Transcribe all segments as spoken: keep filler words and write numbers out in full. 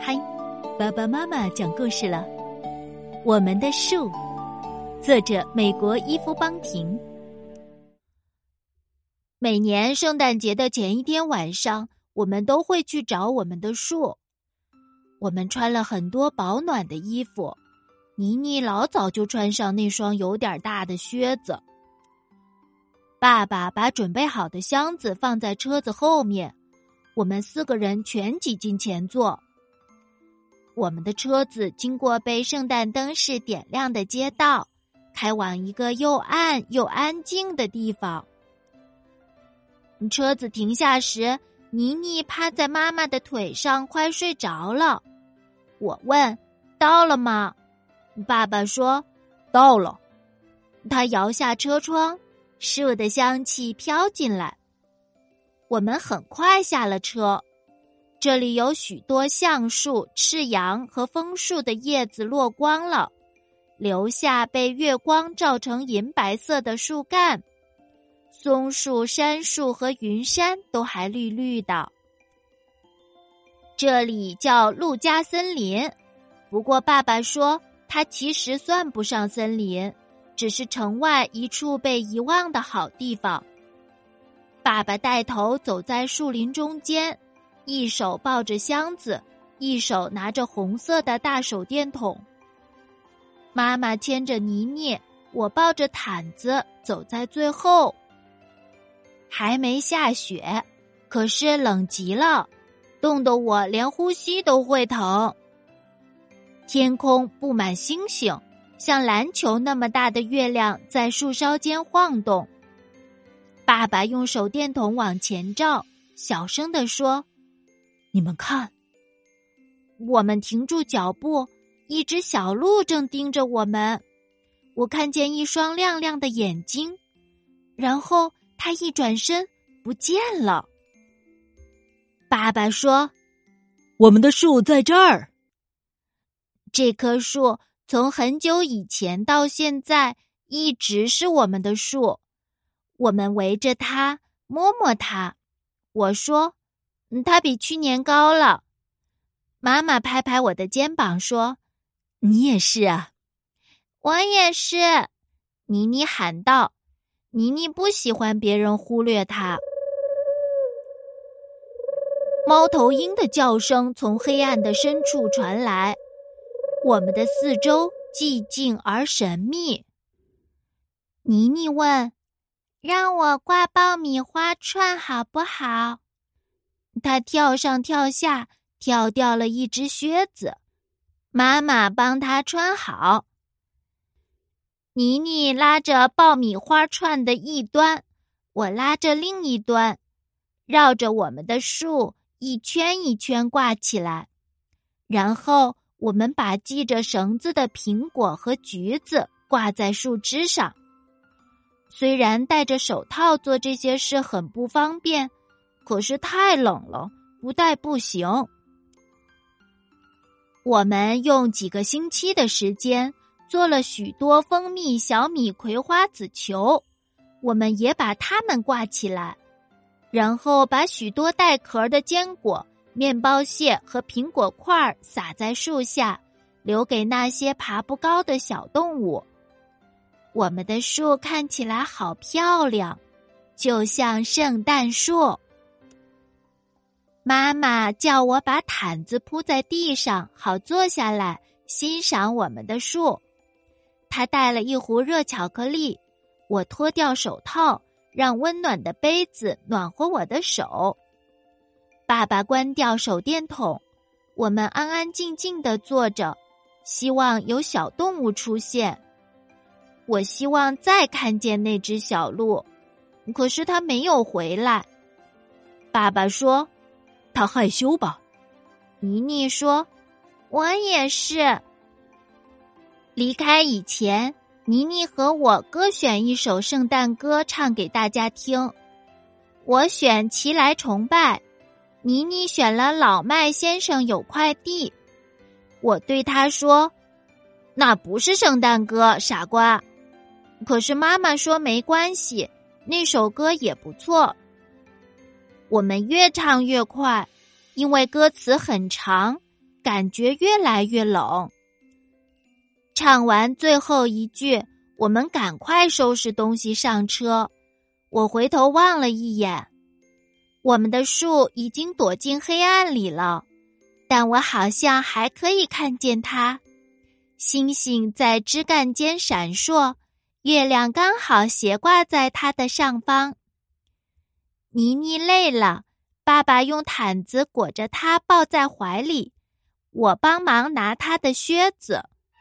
嗨，爸爸妈妈讲故事了。我们的树，作者美国伊夫邦廷。每年圣诞节的前一天晚上，我们都会去找我们的树。我们穿了很多保暖的衣服，妮妮老早就穿上那双有点大的靴子。爸爸把准备好的箱子放在车子后面，我们四个人全挤进前座。我们的车子经过被圣诞灯饰点亮的街道，开往一个又暗又安静的地方。车子停下时，妮妮趴在妈妈的腿上快睡着了。我问：到了吗？爸爸说：到了。他摇下车窗，树的香气飘进来。我们很快下了车。这里有许多橡树、赤杨和枫树的叶子落光了，留下被月光照成银白色的树干。松树、杉树和云杉都还绿绿的。这里叫陆家森林，不过爸爸说它其实算不上森林，只是城外一处被遗忘的好地方。爸爸带头走在树林中间，一手抱着箱子，一手拿着红色的大手电筒。妈妈牵着妮妮，我抱着毯子走在最后。还没下雪，可是冷极了，冻得我连呼吸都会疼。天空布满星星，像篮球那么大的月亮在树梢间晃动。爸爸用手电筒往前照，小声地说：你们看。我们停住脚步，一只小鹿正盯着我们。我看见一双亮亮的眼睛，然后它一转身不见了。爸爸说：我们的树在这儿。这棵树从很久以前到现在一直是我们的树。我们围着它，摸摸它。我说：它比去年高了。妈妈拍拍我的肩膀说：你也是啊。我也是，妮妮喊道。妮妮不喜欢别人忽略她。猫头鹰的叫声从黑暗的深处传来，我们的四周寂静而神秘。妮妮问：让我挂爆米花串好不好？她跳上跳下，跳掉了一只靴子。妈妈帮她穿好。妮妮拉着爆米花串的一端，我拉着另一端，绕着我们的树一圈一圈挂起来。然后我们把系着绳子的苹果和橘子挂在树枝上。虽然戴着手套做这些事很不方便，可是太冷了，不戴不行。我们用几个星期的时间做了许多蜂蜜小米葵花籽球，我们也把它们挂起来，然后把许多带壳的坚果、面包屑和苹果块撒在树下，留给那些爬不高的小动物。我们的树看起来好漂亮，就像圣诞树。妈妈叫我把毯子铺在地上，好坐下来欣赏我们的树。她带了一壶热巧克力，我脱掉手套，让温暖的杯子暖和我的手。爸爸关掉手电筒，我们安安静静地坐着，希望有小动物出现。我希望再看见那只小鹿，可是它没有回来。爸爸说：它害羞吧。妮妮说：我也是。离开以前，妮妮和我各选一首圣诞歌唱给大家听。我选《齐来崇拜》，妮妮选了《老麦先生有块地》。我对她说：那不是圣诞歌，傻瓜。可是妈妈说没关系，那首歌也不错。我们越唱越快，因为歌词很长， 感觉越来越冷。唱完最后一句，我们赶快收拾东西上车。我回头望了一眼，我们的树已经躲进黑暗里了，但我好像还可以看见它。星星在枝干间闪烁，月亮刚好斜挂在它的上方。妮妮累了，爸爸用毯子裹着她抱在怀里，我帮忙拿她的靴子。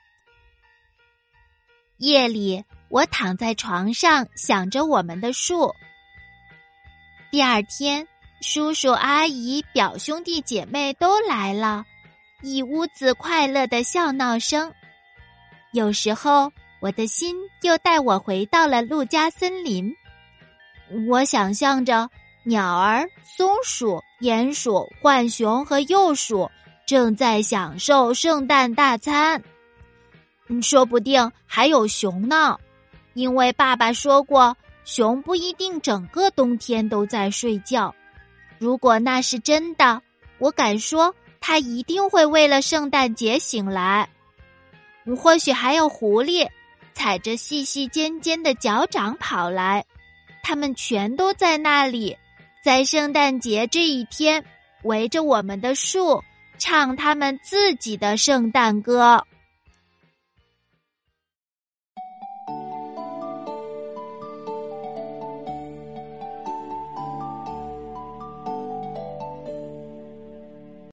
夜里，我躺在床上想着我们的树。第二天，叔叔阿姨、表兄弟姐妹都来了，一屋子快乐的笑闹声。有时候，我的心又带我回到了陆家森林。我想象着鸟儿、松鼠、鼹鼠、浣熊和鼬鼠正在享受圣诞大餐。说不定还有熊呢，因为爸爸说过，熊不一定整个冬天都在睡觉。如果那是真的，我敢说，它一定会为了圣诞节醒来。或许还有狐狸，踩着细细尖尖的脚掌跑来，它们全都在那里，在圣诞节这一天，围着我们的树，唱他们自己的圣诞歌。